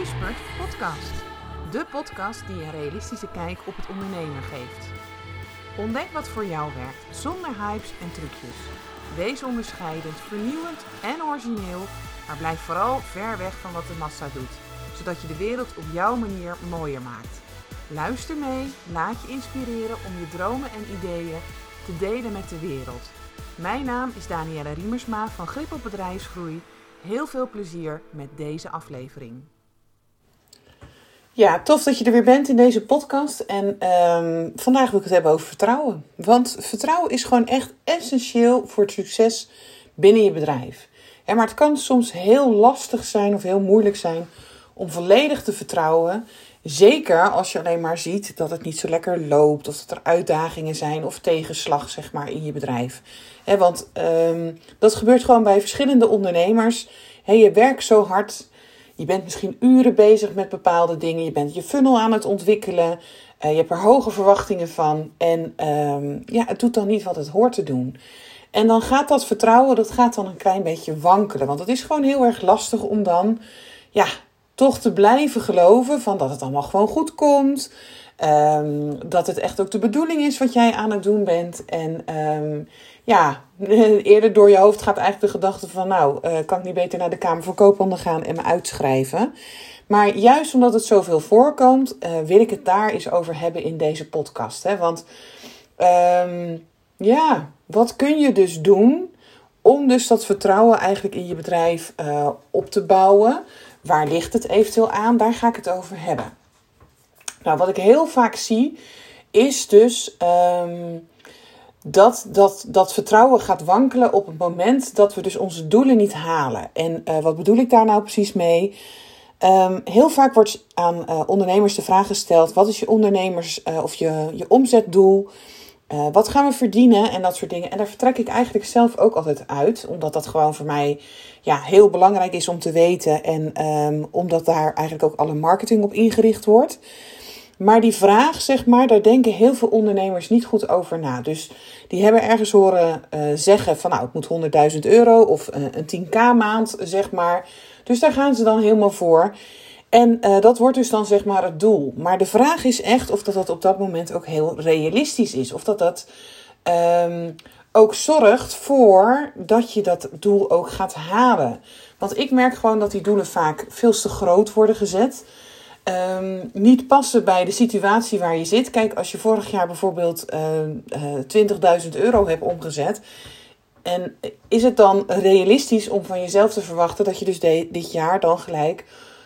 Spurt podcast. De podcast die een realistische kijk op het ondernemen geeft. Ontdek wat voor jou werkt, zonder hypes en trucjes. Wees onderscheidend, vernieuwend en origineel, maar blijf vooral ver weg van wat de massa doet, zodat je de wereld op jouw manier mooier maakt. Luister mee, laat je inspireren om je dromen en ideeën te delen met de wereld. Mijn naam is Danielle Riemersma van Grip op Bedrijfsgroei. Heel veel plezier met deze aflevering. Ja, tof dat je er weer bent in deze podcast. En vandaag wil ik het hebben over vertrouwen. Want vertrouwen is gewoon echt essentieel voor het succes binnen je bedrijf. Maar het kan soms heel lastig zijn of heel moeilijk zijn om volledig te vertrouwen. Zeker als je alleen maar ziet dat het niet zo lekker loopt. Of dat er uitdagingen zijn of tegenslag zeg maar, in je bedrijf. Want dat gebeurt gewoon bij verschillende ondernemers. Je werkt zo hard. Je bent misschien uren bezig met bepaalde dingen. Je bent je funnel aan het ontwikkelen. Je hebt er hoge verwachtingen van. En het doet dan niet wat het hoort te doen. En dan gaat dat vertrouwen, dat gaat dan een klein beetje wankelen. Want het is gewoon heel erg lastig om dan toch te blijven geloven van dat het allemaal gewoon goed komt. Dat het echt ook de bedoeling is wat jij aan het doen bent. En eerder door je hoofd gaat eigenlijk de gedachte van kan ik niet beter naar de Kamer van Koophandel gaan en me uitschrijven. Maar juist omdat het zoveel voorkomt, wil ik het daar eens over hebben in deze podcast. Want wat kun je dus doen om dus dat vertrouwen eigenlijk in je bedrijf op te bouwen? Waar ligt het eventueel aan? Daar ga ik het over hebben. Nou, wat ik heel vaak zie, is dus dat vertrouwen gaat wankelen op het moment dat we dus onze doelen niet halen. En wat bedoel ik daar nou precies mee? Heel vaak wordt aan ondernemers de vraag gesteld: wat is je ondernemers of je omzetdoel? Wat gaan we verdienen en dat soort dingen. En daar vertrek ik eigenlijk zelf ook altijd uit. Omdat dat gewoon voor mij heel belangrijk is om te weten. En omdat daar eigenlijk ook alle marketing op ingericht wordt. Maar die vraag, zeg maar, daar denken heel veel ondernemers niet goed over na. Dus die hebben ergens horen zeggen van het moet €100.000 of een 10k maand, zeg maar. Dus daar gaan ze dan helemaal voor. En dat wordt dus dan zeg maar het doel. Maar de vraag is echt of dat op dat moment ook heel realistisch is. Of dat ook zorgt voor dat je dat doel ook gaat halen. Want ik merk gewoon dat die doelen vaak veel te groot worden gezet. Niet passen bij de situatie waar je zit. Kijk, als je vorig jaar bijvoorbeeld €20.000 hebt omgezet. En is het dan realistisch om van jezelf te verwachten dat je dus dit jaar dan gelijk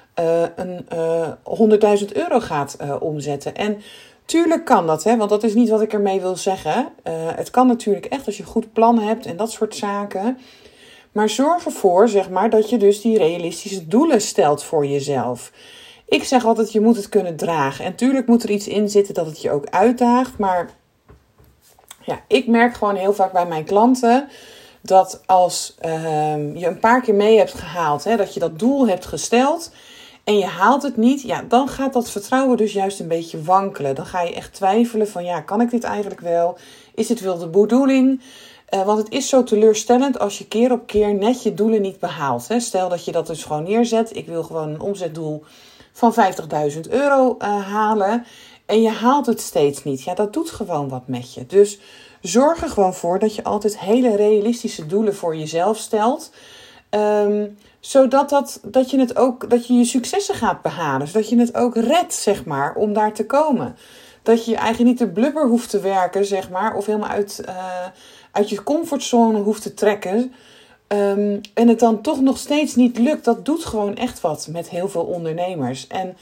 €100.000 gaat omzetten? En tuurlijk kan dat, want dat is niet wat ik ermee wil zeggen. Het kan natuurlijk echt als je goed plan hebt en dat soort zaken. Maar zorg ervoor, zeg maar, dat je dus die realistische doelen stelt voor jezelf. Ik zeg altijd, je moet het kunnen dragen. En tuurlijk moet er iets in zitten dat het je ook uitdaagt. Maar ik merk gewoon heel vaak bij mijn klanten dat als je een paar keer mee hebt gehaald, dat je dat doel hebt gesteld en je haalt het niet, dan gaat dat vertrouwen dus juist een beetje wankelen. Dan ga je echt twijfelen van, kan ik dit eigenlijk wel? Is dit wel de bedoeling? Want het is zo teleurstellend als je keer op keer net je doelen niet behaalt. Stel dat je dat dus gewoon neerzet. Ik wil gewoon een omzetdoel van €50.000 halen. En je haalt het steeds niet. Dat doet gewoon wat met je. Dus zorg er gewoon voor dat je altijd hele realistische doelen voor jezelf stelt. Zodat dat je je successen gaat behalen. Zodat je het ook redt, zeg maar, om daar te komen. Dat je eigenlijk niet de blubber hoeft te werken, zeg maar. Of helemaal uit je comfortzone hoeft te trekken. En het dan toch nog steeds niet lukt. Dat doet gewoon echt wat met heel veel ondernemers. En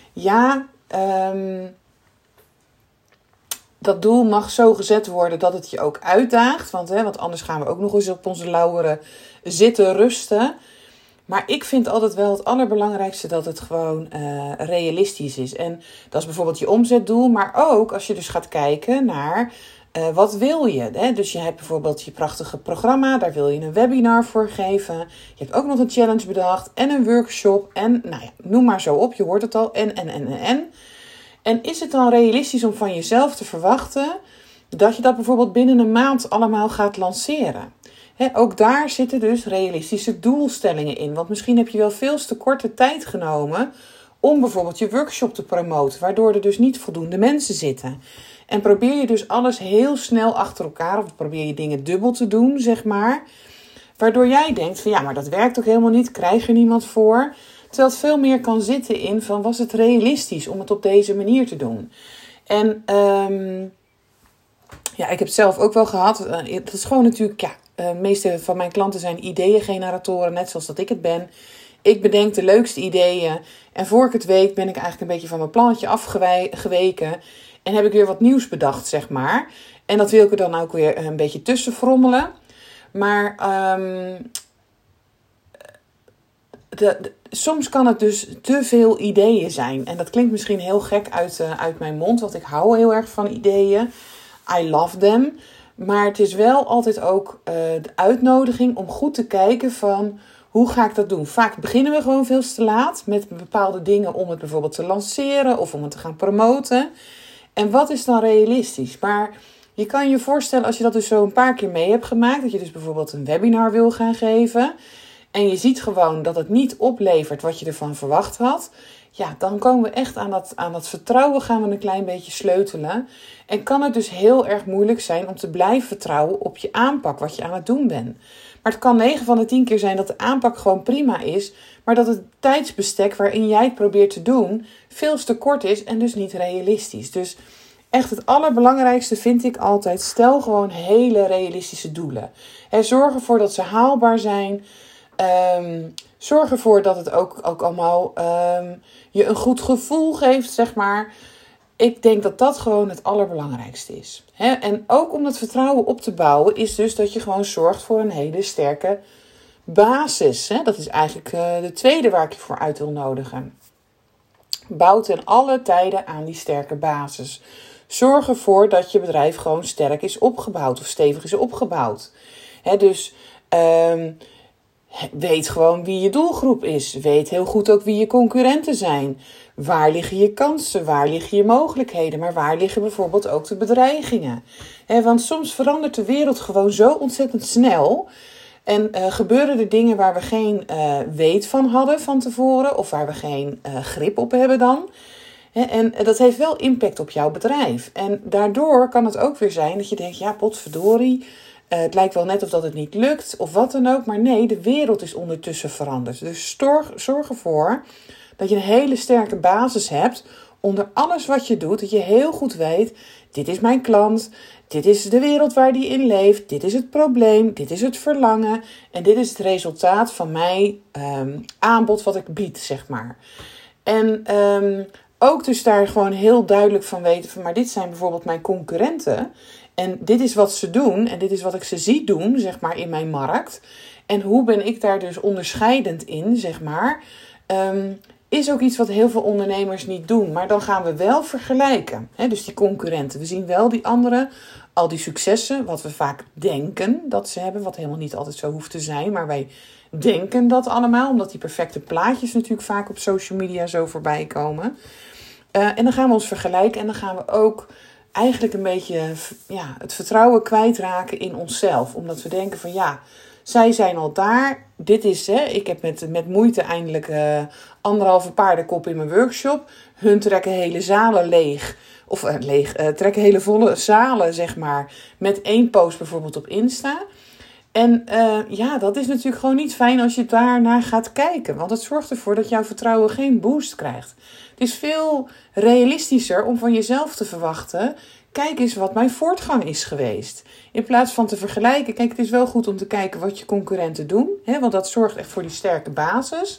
dat doel mag zo gezet worden dat het je ook uitdaagt. Want anders gaan we ook nog eens op onze lauweren zitten rusten. Maar ik vind altijd wel het allerbelangrijkste dat het gewoon realistisch is. En dat is bijvoorbeeld je omzetdoel. Maar ook als je dus gaat kijken naar wat wil je. Dus je hebt bijvoorbeeld je prachtige programma. Daar wil je een webinar voor geven. Je hebt ook nog een challenge bedacht. En een workshop. En noem maar zo op. Je hoort het al. En. En is het dan realistisch om van jezelf te verwachten dat je dat bijvoorbeeld binnen een maand allemaal gaat lanceren? Ook daar zitten dus realistische doelstellingen in. Want misschien heb je wel veel te korte tijd genomen om bijvoorbeeld je workshop te promoten, waardoor er dus niet voldoende mensen zitten. En probeer je dus alles heel snel achter elkaar, of probeer je dingen dubbel te doen, zeg maar. Waardoor jij denkt van ja, maar dat werkt ook helemaal niet, krijg er niemand voor. Terwijl het veel meer kan zitten in van, was het realistisch om het op deze manier te doen? En ik heb het zelf ook wel gehad. Het is gewoon natuurlijk, de meeste van mijn klanten zijn ideeëngeneratoren, net zoals dat ik het ben. Ik bedenk de leukste ideeën en voor ik het weet ben ik eigenlijk een beetje van mijn plannetje afgeweken. En heb ik weer wat nieuws bedacht, zeg maar. En dat wil ik er dan ook weer een beetje tussen frommelen. Maar soms kan het dus te veel ideeën zijn. En dat klinkt misschien heel gek uit mijn mond, want ik hou heel erg van ideeën. I love them. Maar het is wel altijd ook de uitnodiging om goed te kijken van, hoe ga ik dat doen? Vaak beginnen we gewoon veel te laat met bepaalde dingen om het bijvoorbeeld te lanceren of om het te gaan promoten. En wat is dan realistisch? Maar je kan je voorstellen, als je dat dus zo een paar keer mee hebt gemaakt, dat je dus bijvoorbeeld een webinar wil gaan geven en je ziet gewoon dat het niet oplevert wat je ervan verwacht had, ja, dan komen we echt aan dat vertrouwen gaan we een klein beetje sleutelen. En kan het dus heel erg moeilijk zijn om te blijven vertrouwen op je aanpak, wat je aan het doen bent. Maar het kan 9 van de 10 keer zijn dat de aanpak gewoon prima is, maar dat het tijdsbestek waarin jij het probeert te doen veel te kort is en dus niet realistisch. Dus echt het allerbelangrijkste vind ik altijd, stel gewoon hele realistische doelen. Zorg ervoor dat ze haalbaar zijn. Zorg ervoor dat het ook allemaal je een goed gevoel geeft, zeg maar. Ik denk dat dat gewoon het allerbelangrijkste is. En ook om dat vertrouwen op te bouwen is dus dat je gewoon zorgt voor een hele sterke basis. Dat is eigenlijk de tweede waar ik je voor uit wil nodigen. Bouw ten alle tijden aan die sterke basis. Zorg ervoor dat je bedrijf gewoon sterk is opgebouwd of stevig is opgebouwd. Dus weet gewoon wie je doelgroep is. Weet heel goed ook wie je concurrenten zijn. Waar liggen je kansen? Waar liggen je mogelijkheden? Maar waar liggen bijvoorbeeld ook de bedreigingen? Want soms verandert de wereld gewoon zo ontzettend snel. En gebeuren er dingen waar we geen weet van hadden van tevoren. Of waar we geen grip op hebben dan. En dat heeft wel impact op jouw bedrijf. En daardoor kan het ook weer zijn dat je denkt, ja, potverdorie. Het lijkt wel net of dat het niet lukt of wat dan ook. Maar nee, de wereld is ondertussen veranderd. Dus zorg ervoor dat je een hele sterke basis hebt onder alles wat je doet. Dat je heel goed weet, dit is mijn klant. Dit is de wereld waar die in leeft. Dit is het probleem. Dit is het verlangen. En dit is het resultaat van mijn aanbod wat ik bied, zeg maar. En ook dus daar gewoon heel duidelijk van weten van, maar dit zijn bijvoorbeeld mijn concurrenten. En dit is wat ze doen en dit is wat ik ze zie doen, zeg maar, in mijn markt. En hoe ben ik daar dus onderscheidend in, zeg maar, is ook iets wat heel veel ondernemers niet doen. Maar dan gaan we wel vergelijken. Dus die concurrenten. We zien wel die anderen, al die successen, wat we vaak denken dat ze hebben. Wat helemaal niet altijd zo hoeft te zijn. Maar wij denken dat allemaal. Omdat die perfecte plaatjes natuurlijk vaak op social media zo voorbij komen. En dan gaan we ons vergelijken. En dan gaan we ook eigenlijk een beetje het vertrouwen kwijtraken in onszelf. Omdat we denken van ja, zij zijn al daar. Dit is, ik heb met moeite eindelijk 1,5 paardenkop in mijn workshop. Hun trekken hele zalen leeg. Of trekken hele volle zalen, zeg maar. Met 1 post bijvoorbeeld op Insta. En dat is natuurlijk gewoon niet fijn als je daarnaar gaat kijken. Want het zorgt ervoor dat jouw vertrouwen geen boost krijgt. Het is veel realistischer om van jezelf te verwachten, kijk eens wat mijn voortgang is geweest. In plaats van te vergelijken, kijk, het is wel goed om te kijken wat je concurrenten doen. Want dat zorgt echt voor die sterke basis.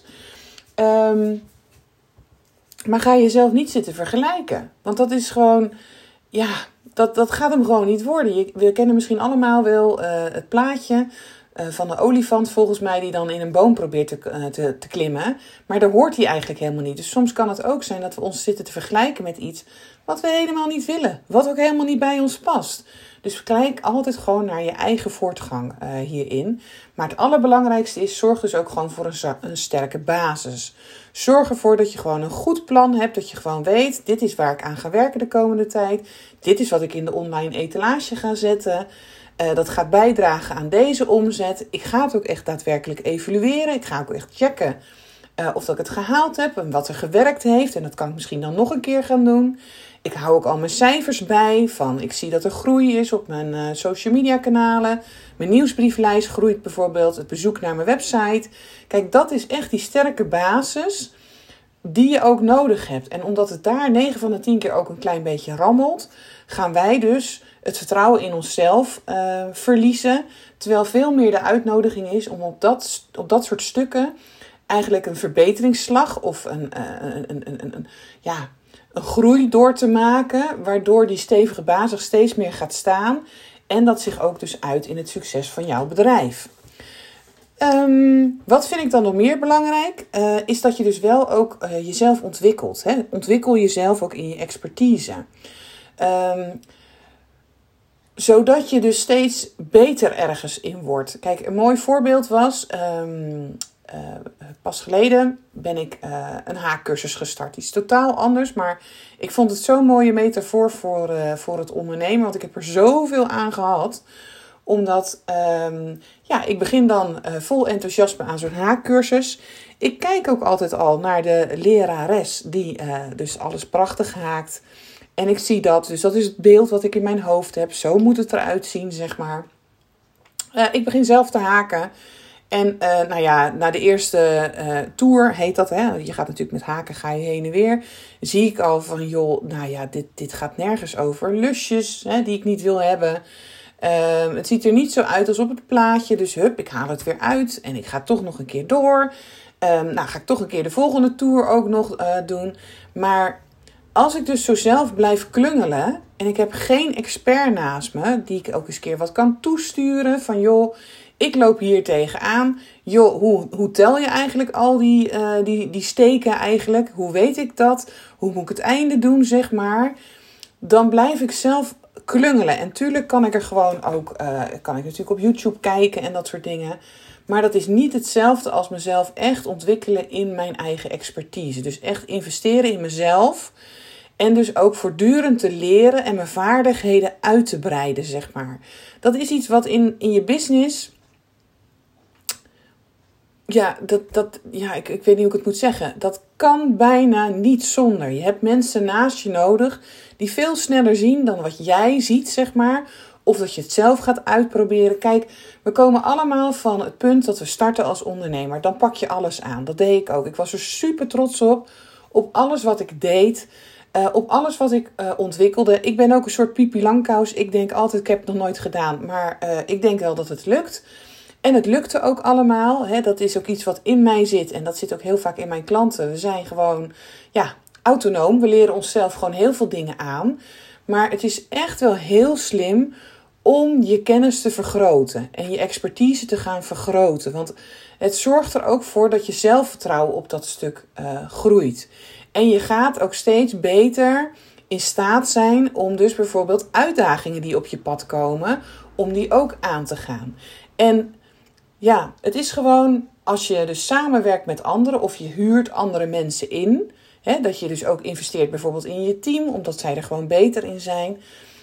Maar ga jezelf niet zitten vergelijken. Want dat is gewoon, dat gaat hem gewoon niet worden. We kennen misschien allemaal wel het plaatje van de olifant volgens mij die dan in een boom probeert te klimmen. Maar daar hoort hij eigenlijk helemaal niet. Dus soms kan het ook zijn dat we ons zitten te vergelijken met iets wat we helemaal niet willen. Wat ook helemaal niet bij ons past. Dus kijk altijd gewoon naar je eigen voortgang hierin. Maar het allerbelangrijkste is, zorg dus ook gewoon voor een sterke basis. Zorg ervoor dat je gewoon een goed plan hebt. Dat je gewoon weet, dit is waar ik aan ga werken de komende tijd. Dit is wat ik in de online etalage ga zetten. Dat gaat bijdragen aan deze omzet. Ik ga het ook echt daadwerkelijk evalueren. Ik ga ook echt checken Of dat ik het gehaald heb en wat er gewerkt heeft. En dat kan ik misschien dan nog een keer gaan doen. Ik hou ook al mijn cijfers bij. Ik zie dat er groei is op mijn social media kanalen. Mijn nieuwsbrieflijst groeit bijvoorbeeld. Het bezoek naar mijn website. Kijk, dat is echt die sterke basis die je ook nodig hebt. En omdat het daar 9 van de 10 keer ook een klein beetje rammelt, gaan wij dus het vertrouwen in onszelf verliezen. Terwijl veel meer de uitnodiging is om op dat soort stukken eigenlijk een verbeteringsslag of een groei door te maken, waardoor die stevige basis steeds meer gaat staan en dat zich ook dus uit in het succes van jouw bedrijf. Wat vind ik dan nog meer belangrijk? Is dat je dus wel ook jezelf ontwikkelt. Hè? Ontwikkel jezelf ook in je expertise. Zodat je dus steeds beter ergens in wordt. Kijk, een mooi voorbeeld was, pas geleden ben ik een haakcursus gestart. Die is totaal anders, maar ik vond het zo'n mooie metafoor voor het ondernemen. Want ik heb er zoveel aan gehad. Omdat, ik begin dan vol enthousiasme aan zo'n haakcursus. Ik kijk ook altijd al naar de lerares die dus alles prachtig haakt. En ik zie dat, dus dat is het beeld wat ik in mijn hoofd heb. Zo moet het eruit zien, zeg maar. Ik begin zelf te haken. En na de eerste tour heet dat, hè, je gaat natuurlijk met haken, ga je heen en weer. Zie ik al van, dit gaat nergens over. Lusjes die ik niet wil hebben. Het ziet er niet zo uit als op het plaatje. Dus ik haal het weer uit. En ik ga toch nog een keer door. Ga ik toch een keer de volgende tour ook nog doen. Maar als ik dus zo zelf blijf klungelen en ik heb geen expert naast me die ik ook eens keer wat kan toesturen van ik loop hier tegenaan. Hoe tel je eigenlijk al die steken eigenlijk? Hoe weet ik dat? Hoe moet ik het einde doen, zeg maar? Dan blijf ik zelf klungelen. En tuurlijk kan ik er gewoon ook, kan ik natuurlijk op YouTube kijken en dat soort dingen. Maar dat is niet hetzelfde als mezelf echt ontwikkelen in mijn eigen expertise. Dus echt investeren in mezelf. En dus ook voortdurend te leren en mijn vaardigheden uit te breiden, zeg maar. Dat is iets wat in je business, ik weet niet hoe ik het moet zeggen. Dat kan bijna niet zonder. Je hebt mensen naast je nodig die veel sneller zien dan wat jij ziet, zeg maar. Of dat je het zelf gaat uitproberen. Kijk, we komen allemaal van het punt dat we starten als ondernemer. Dan pak je alles aan. Dat deed ik ook. Ik was er super trots op alles wat ik deed. Op alles wat ik ontwikkelde. Ik ben ook een soort Pipi Langkous. Ik denk altijd, ik heb het nog nooit gedaan. Maar ik denk wel dat het lukt. En het lukte ook allemaal. Hè? Dat is ook iets wat in mij zit. En dat zit ook heel vaak in mijn klanten. We zijn gewoon autonoom. We leren onszelf gewoon heel veel dingen aan. Maar het is echt wel heel slim om je kennis te vergroten. En je expertise te gaan vergroten. Want het zorgt er ook voor dat je zelfvertrouwen op dat stuk groeit. En je gaat ook steeds beter in staat zijn om dus bijvoorbeeld uitdagingen die op je pad komen, om die ook aan te gaan. En het is gewoon als je dus samenwerkt met anderen of je huurt andere mensen in, dat je dus ook investeert bijvoorbeeld in je team, omdat zij er gewoon beter in zijn.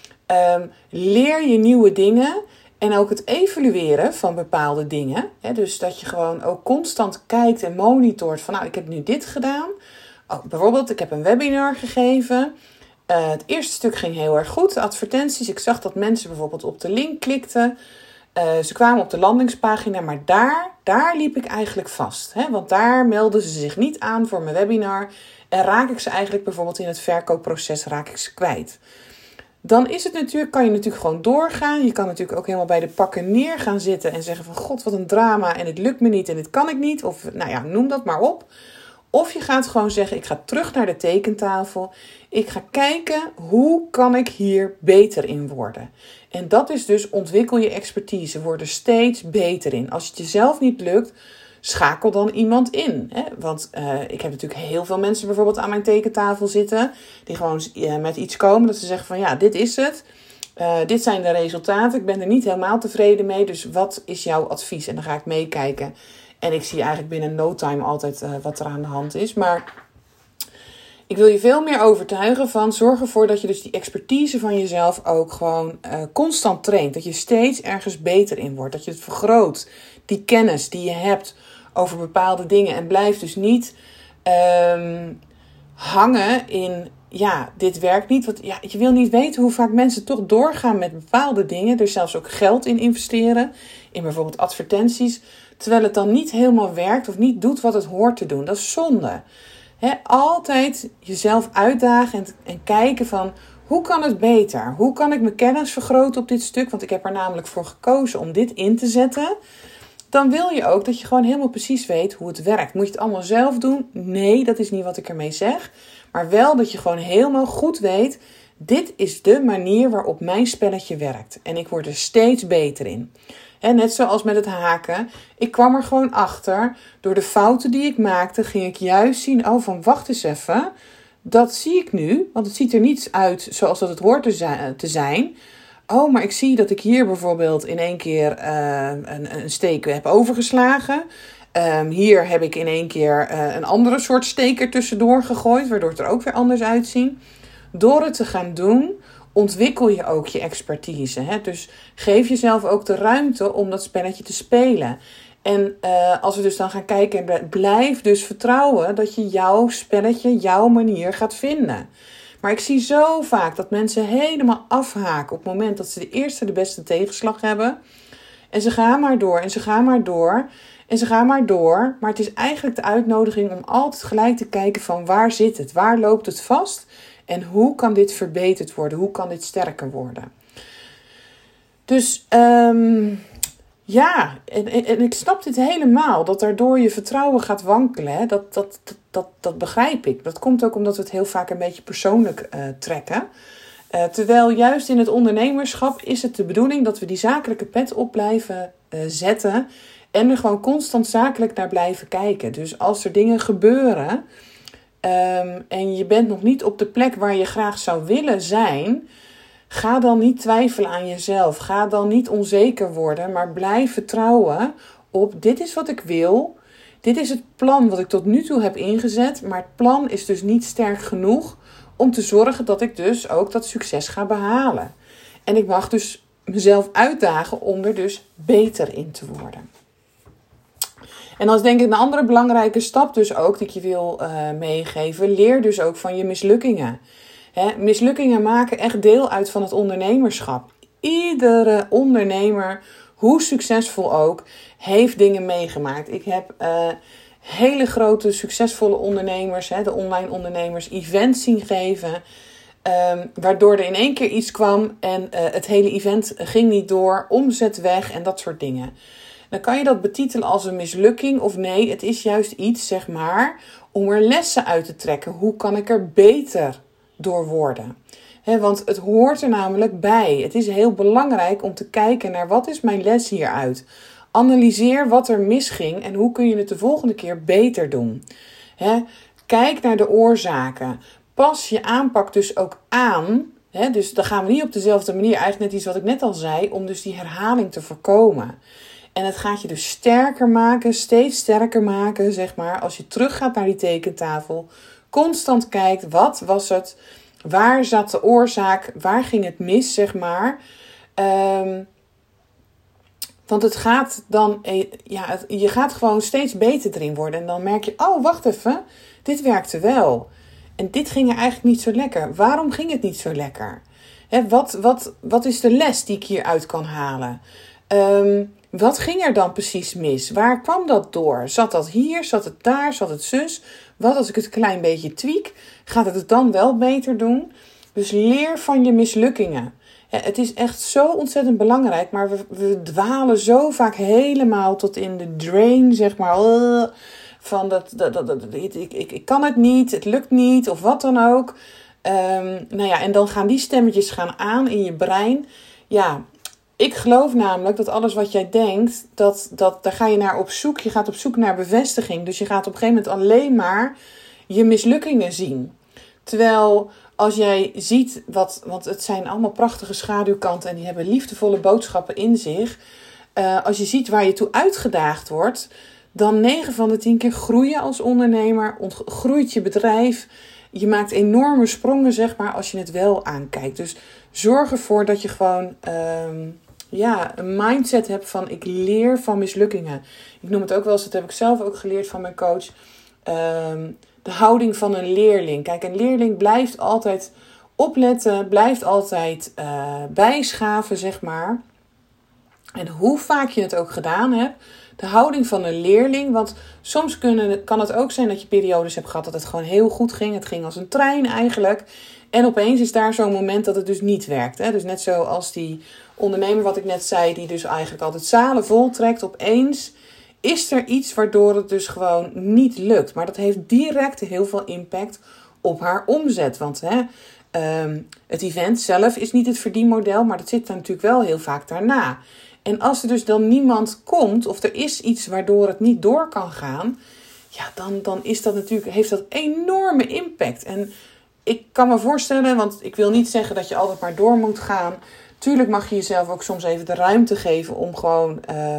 Leer je nieuwe dingen en ook het evalueren van bepaalde dingen. Dus dat je gewoon ook constant kijkt en monitort van ik heb nu dit gedaan. Bijvoorbeeld, ik heb een webinar gegeven. Het eerste stuk ging heel erg goed. De advertenties. Ik zag dat mensen bijvoorbeeld op de link klikten. Ze kwamen op de landingspagina. Maar daar liep ik eigenlijk vast. Want daar melden ze zich niet aan voor mijn webinar. En raak ik ze eigenlijk bijvoorbeeld in het verkoopproces kwijt. Dan is het kan je natuurlijk gewoon doorgaan. Je kan natuurlijk ook helemaal bij de pakken neer gaan zitten. En zeggen van god, wat een drama. En het lukt me niet en dit kan ik niet. Of noem dat maar op. Of je gaat gewoon zeggen, ik ga terug naar de tekentafel. Ik ga kijken, hoe kan ik hier beter in worden? En dat is dus, ontwikkel je expertise. Word er steeds beter in. Als het jezelf niet lukt, schakel dan iemand in. Want ik heb natuurlijk heel veel mensen bijvoorbeeld aan mijn tekentafel zitten. Die gewoon met iets komen dat ze zeggen van dit is het. Dit zijn de resultaten. Ik ben er niet helemaal tevreden mee. Dus wat is jouw advies? En dan ga ik meekijken. En ik zie eigenlijk binnen no time altijd wat er aan de hand is. Maar ik wil je veel meer overtuigen van zorg ervoor dat je dus die expertise van jezelf ook gewoon constant traint. Dat je steeds ergens beter in wordt. Dat je het vergroot. Die kennis die je hebt over bepaalde dingen. En blijf dus niet hangen in, ja, dit werkt niet. Want ja, je wil niet weten hoe vaak mensen toch doorgaan met bepaalde dingen. Er zelfs ook geld in investeren. In bijvoorbeeld advertenties. Terwijl het dan niet helemaal werkt of niet doet wat het hoort te doen. Dat is zonde. Altijd jezelf uitdagen en kijken van, hoe kan het beter? Hoe kan ik mijn kennis vergroten op dit stuk? Want ik heb er namelijk voor gekozen om dit in te zetten. Dan wil je ook dat je gewoon helemaal precies weet hoe het werkt. Moet je het allemaal zelf doen? Nee, dat is niet wat ik ermee zeg. Maar wel dat je gewoon helemaal goed weet, dit is de manier waarop mijn spelletje werkt. En ik word er steeds beter in. En net zoals met het haken. Ik kwam er gewoon achter. Door de fouten die ik maakte, ging ik juist zien, oh, van wacht eens even. Dat zie ik nu, want het ziet er niet uit zoals dat het hoort te zijn. Oh, maar ik zie dat ik hier bijvoorbeeld in één keer een steek heb overgeslagen. Hier heb ik in één keer een andere soort steek er tussendoor gegooid, waardoor het er ook weer anders uitziet. Door het te gaan doen, ontwikkel je ook je expertise. Hè? Dus geef jezelf ook de ruimte om dat spelletje te spelen. En als we dus dan gaan kijken, blijf dus vertrouwen dat je jouw spelletje, jouw manier gaat vinden. Maar ik zie zo vaak dat mensen helemaal afhaken op het moment dat ze de eerste de beste tegenslag hebben. En ze gaan maar door en ze gaan maar door en ze gaan maar door. Maar het is eigenlijk de uitnodiging om altijd gelijk te kijken van waar zit het? Waar loopt het vast? En hoe kan dit verbeterd worden? Hoe kan dit sterker worden? Dus ja, en ik snap dit helemaal. Dat daardoor je vertrouwen gaat wankelen. Hè? Dat begrijp ik. Dat komt ook omdat we het heel vaak een beetje persoonlijk trekken. Terwijl juist in het ondernemerschap is het de bedoeling dat we die zakelijke pet op blijven zetten. En er gewoon constant zakelijk naar blijven kijken. Dus als er dingen gebeuren en je bent nog niet op de plek waar je graag zou willen zijn, ga dan niet twijfelen aan jezelf. Ga dan niet onzeker worden, maar blijf vertrouwen op dit is wat ik wil. Dit is het plan wat ik tot nu toe heb ingezet. Maar het plan is dus niet sterk genoeg om te zorgen dat ik dus ook dat succes ga behalen. En ik mag dus mezelf uitdagen om er dus beter in te worden. En dan is denk ik een andere belangrijke stap dus ook die ik je wil meegeven. Leer dus ook van je mislukkingen. Mislukkingen maken echt deel uit van het ondernemerschap. Iedere ondernemer, hoe succesvol ook, heeft dingen meegemaakt. Ik heb hele grote succesvolle ondernemers, de online ondernemers, events zien geven. Waardoor er in één keer iets kwam en het hele event ging niet door, omzet weg en dat soort dingen. Dan kan je dat betitelen als een mislukking of nee, het is juist iets, zeg maar, om er lessen uit te trekken. Hoe kan ik er beter door worden? Want het hoort er namelijk bij. Het is heel belangrijk om te kijken naar wat is mijn les hieruit. Analyseer wat er misging en hoe kun je het de volgende keer beter doen. Kijk naar de oorzaken. Pas je aanpak dus ook aan. Dus dan gaan we niet op dezelfde manier, eigenlijk net iets wat ik net al zei, om dus die herhaling te voorkomen. En het gaat je dus sterker maken, steeds sterker maken, zeg maar, als je teruggaat naar die tekentafel. Constant kijkt, wat was het? Waar zat de oorzaak? Waar ging het mis, zeg maar? Want het gaat dan, je gaat gewoon steeds beter erin worden. En dan merk je, oh, wacht even, dit werkte wel. En dit ging er eigenlijk niet zo lekker. Waarom ging het niet zo lekker? Wat is de les die ik hieruit kan halen? Wat ging er dan precies mis? Waar kwam dat door? Zat dat hier? Zat het daar? Zat het zus? Wat als ik het een klein beetje tweak? Gaat het dan wel beter doen? Dus leer van je mislukkingen. Het is echt zo ontzettend belangrijk, maar we dwalen zo vaak helemaal tot in de drain, zeg maar. Van ik kan het niet, het lukt niet, of wat dan ook. En dan gaan die stemmetjes gaan aan in je brein. Ja, ik geloof namelijk dat alles wat jij denkt, daar ga je naar op zoek. Je gaat op zoek naar bevestiging. Dus je gaat op een gegeven moment alleen maar je mislukkingen zien. Terwijl als jij ziet, want het zijn allemaal prachtige schaduwkanten en die hebben liefdevolle boodschappen in zich. Als je ziet waar je toe uitgedaagd wordt, dan 9 van de 10 keer groei je als ondernemer, groeit je bedrijf. Je maakt enorme sprongen, zeg maar, als je het wel aankijkt. Dus zorg ervoor dat je gewoon een mindset heb van ik leer van mislukkingen. Ik noem het ook wel eens, dat heb ik zelf ook geleerd van mijn coach. De houding van een leerling. Kijk, een leerling blijft altijd opletten, blijft altijd bijschaven, zeg maar. En hoe vaak je het ook gedaan hebt, de houding van een leerling. Want soms kan het ook zijn dat je periodes hebt gehad dat het gewoon heel goed ging. Het ging als een trein eigenlijk. En opeens is daar zo'n moment dat het dus niet werkt. Hè? Dus net zoals die ondernemer wat ik net zei, die dus eigenlijk altijd zalen vol trekt. Opeens is er iets waardoor het dus gewoon niet lukt. Maar dat heeft direct heel veel impact op haar omzet. Want het event zelf is niet het verdienmodel, maar dat zit er natuurlijk wel heel vaak daarna. En als er dus dan niemand komt, of er is iets waardoor het niet door kan gaan, ja, dan is dat natuurlijk, heeft dat enorme impact. En ik kan me voorstellen, want ik wil niet zeggen dat je altijd maar door moet gaan. Tuurlijk mag je jezelf ook soms even de ruimte geven om gewoon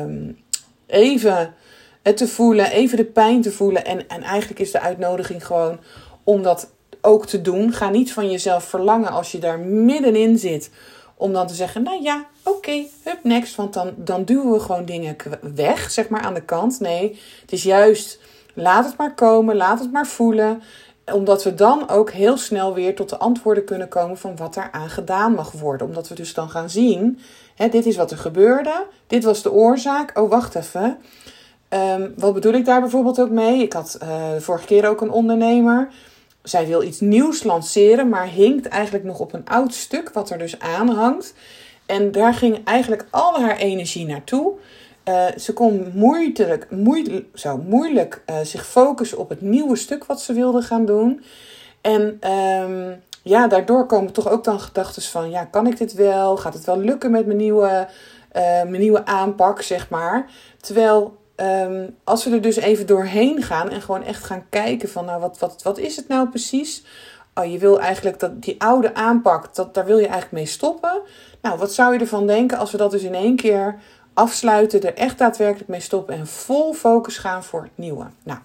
even het te voelen, even de pijn te voelen. En eigenlijk is de uitnodiging gewoon om dat ook te doen. Ga niet van jezelf verlangen als je daar middenin zit, om dan te zeggen, nou ja, oké, hup, next. Want dan duwen we gewoon dingen weg, zeg maar, aan de kant. Nee, het is juist, laat het maar komen, laat het maar voelen. Omdat we dan ook heel snel weer tot de antwoorden kunnen komen van wat daaraan gedaan mag worden. Omdat we dus dan gaan zien, dit is wat er gebeurde, dit was de oorzaak. Oh, wacht even. Wat bedoel ik daar bijvoorbeeld ook mee? Ik had de vorige keer ook een ondernemer. Zij wil iets nieuws lanceren, maar hinkt eigenlijk nog op een oud stuk wat er dus aanhangt. En daar ging eigenlijk al haar energie naartoe. Ze kon moeilijk zich focussen op het nieuwe stuk wat ze wilde gaan doen. En daardoor komen toch ook dan gedachten van, ja, kan ik dit wel? Gaat het wel lukken met mijn nieuwe aanpak, zeg maar? Terwijl als we er dus even doorheen gaan en gewoon echt gaan kijken van, nou, wat is het nou precies? Oh, je wil eigenlijk dat die oude aanpak, daar wil je eigenlijk mee stoppen. Nou, wat zou je ervan denken als we dat dus in één keer afsluiten, er echt daadwerkelijk mee stoppen en vol focus gaan voor het nieuwe? Nou,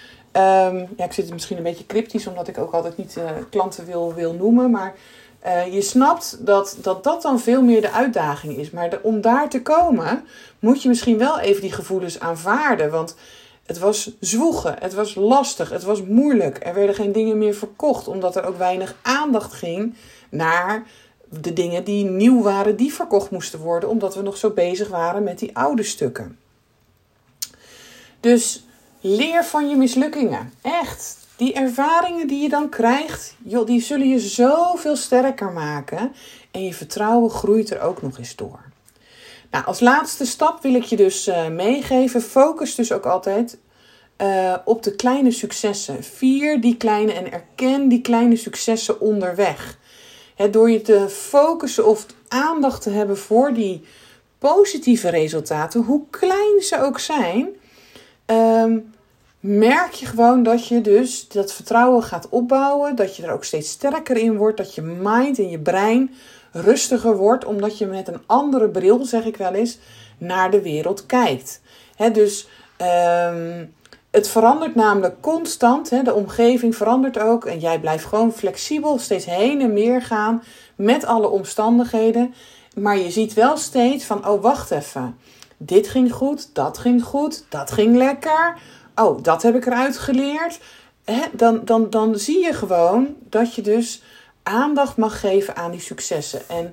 ik zit misschien een beetje cryptisch, omdat ik ook altijd niet klanten wil noemen, maar je snapt dat dan veel meer de uitdaging is. Maar om daar te komen, moet je misschien wel even die gevoelens aanvaarden. Want het was zwoegen, het was lastig, het was moeilijk. Er werden geen dingen meer verkocht, omdat er ook weinig aandacht ging naar de dingen die nieuw waren, die verkocht moesten worden, omdat we nog zo bezig waren met die oude stukken. Dus leer van je mislukkingen. Echt. Die ervaringen die je dan krijgt, joh, die zullen je zoveel sterker maken. En je vertrouwen groeit er ook nog eens door. Nou, als laatste stap wil ik je dus meegeven. Focus dus ook altijd op de kleine successen. Vier die kleine en erken die kleine successen onderweg. Door je te focussen of aandacht te hebben voor die positieve resultaten, hoe klein ze ook zijn, merk je gewoon dat je dus dat vertrouwen gaat opbouwen. Dat je er ook steeds sterker in wordt. Dat je mind en je brein rustiger wordt. Omdat je met een andere bril, zeg ik wel eens, naar de wereld kijkt. Dus het verandert namelijk constant. De omgeving verandert ook. En jij blijft gewoon flexibel steeds heen en weer gaan met alle omstandigheden. Maar je ziet wel steeds van, oh, wacht even. Dit ging goed, dat ging lekker. Oh, dat heb ik eruit geleerd. Dan zie je gewoon dat je dus aandacht mag geven aan die successen. En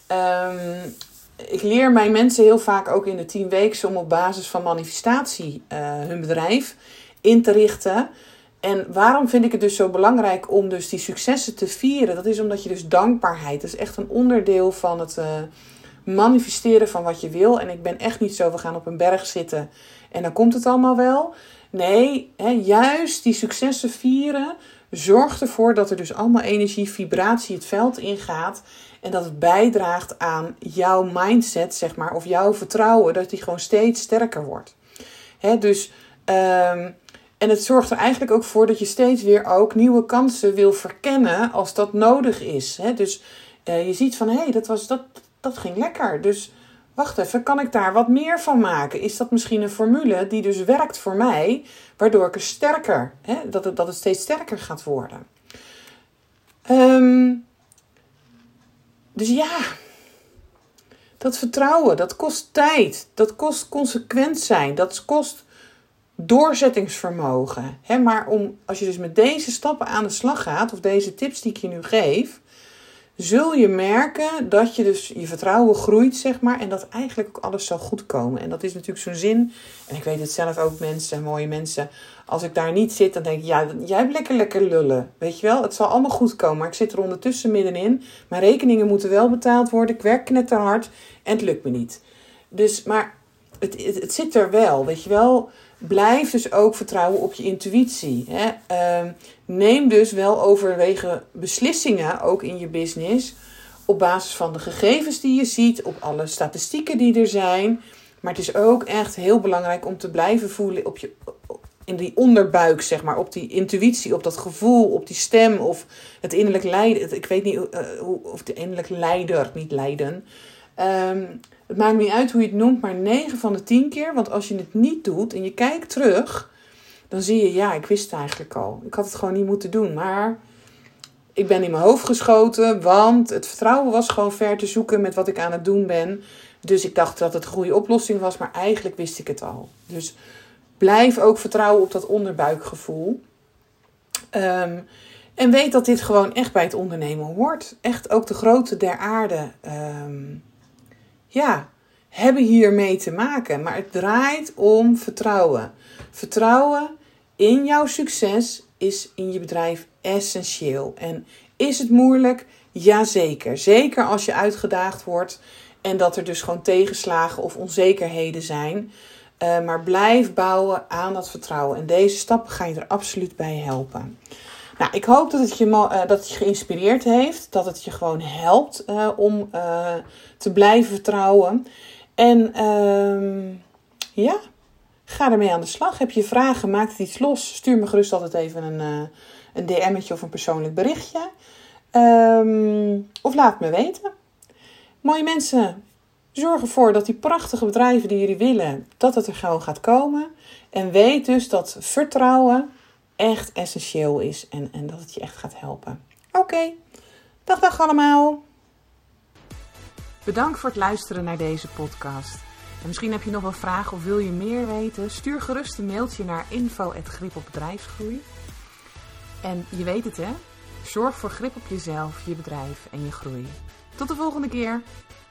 ik leer mijn mensen heel vaak ook in de 10 weken om op basis van manifestatie hun bedrijf in te richten. En waarom vind ik het dus zo belangrijk om dus die successen te vieren? Dat is omdat je dus dankbaarheid, dat is echt een onderdeel van het manifesteren van wat je wil. En ik ben echt niet zo, we gaan op een berg zitten en dan komt het allemaal wel. Nee, juist die successen vieren zorgt ervoor dat er dus allemaal energie, vibratie het veld ingaat. En dat het bijdraagt aan jouw mindset, zeg maar, of jouw vertrouwen, dat die gewoon steeds sterker wordt. En het zorgt er eigenlijk ook voor dat je steeds weer ook nieuwe kansen wil verkennen als dat nodig is. Dus je ziet van, dat ging lekker. Dus wacht even, kan ik daar wat meer van maken? Is dat misschien een formule die dus werkt voor mij, waardoor ik er sterker, dat het steeds sterker gaat worden? Dus ja, Dat vertrouwen, dat kost tijd. Dat kost consequent zijn. Dat kost doorzettingsvermogen. Maar als je dus met deze stappen aan de slag gaat, of deze tips die ik je nu geef, zul je merken dat je dus je vertrouwen groeit, zeg maar. En dat eigenlijk ook alles zal goed komen. En dat is natuurlijk zo'n zin. En ik weet het zelf ook, mensen, mooie mensen. Als ik daar niet zit, dan denk ik, ja, jij hebt lekker lullen. Weet je wel, het zal allemaal goed komen. Maar ik zit er ondertussen middenin. Mijn rekeningen moeten wel betaald worden. Ik werk knetterhard en het lukt me niet. Dus, maar het zit er wel, weet je wel. Blijf dus ook vertrouwen op je intuïtie. Neem dus wel overwegen beslissingen, ook in je business, op basis van de gegevens die je ziet, op alle statistieken die er zijn. Maar het is ook echt heel belangrijk om te blijven voelen in die onderbuik, zeg maar, op die intuïtie, op dat gevoel, op die stem of het innerlijk lijden. Ik weet niet of de innerlijk leider, niet lijden. Het maakt niet uit hoe je het noemt, maar 9 van de 10 keer. Want als je het niet doet en je kijkt terug, dan zie je, ja, ik wist het eigenlijk al. Ik had het gewoon niet moeten doen, maar ik ben in mijn hoofd geschoten, want het vertrouwen was gewoon ver te zoeken met wat ik aan het doen ben. Dus ik dacht dat het een goede oplossing was, maar eigenlijk wist ik het al. Dus blijf ook vertrouwen op dat onderbuikgevoel. En weet dat dit gewoon echt bij het ondernemen hoort. Echt ook de groten der aarde hebben hiermee te maken. Maar het draait om vertrouwen. Vertrouwen in jouw succes is in je bedrijf essentieel. En is het moeilijk? Jazeker. Zeker als je uitgedaagd wordt en dat er dus gewoon tegenslagen of onzekerheden zijn. Maar blijf bouwen aan dat vertrouwen. En deze stappen gaan je er absoluut bij helpen. Nou, ik hoop dat het je geïnspireerd heeft. Dat het je gewoon helpt om te blijven vertrouwen. En ga ermee aan de slag. Heb je vragen, maak het iets los. Stuur me gerust altijd even een DM'tje of een persoonlijk berichtje. Of laat me weten. Mooie mensen, zorg ervoor dat die prachtige bedrijven die jullie willen, dat het er gewoon gaat komen. En weet dus dat vertrouwen echt essentieel is en dat het je echt gaat helpen. Oké. Dag allemaal. Bedankt voor het luisteren naar deze podcast. En misschien heb je nog wel vragen of wil je meer weten? Stuur gerust een mailtje naar info@gripopbedrijfsgroei. En je weet het, hè? Zorg voor grip op jezelf, je bedrijf en je groei. Tot de volgende keer.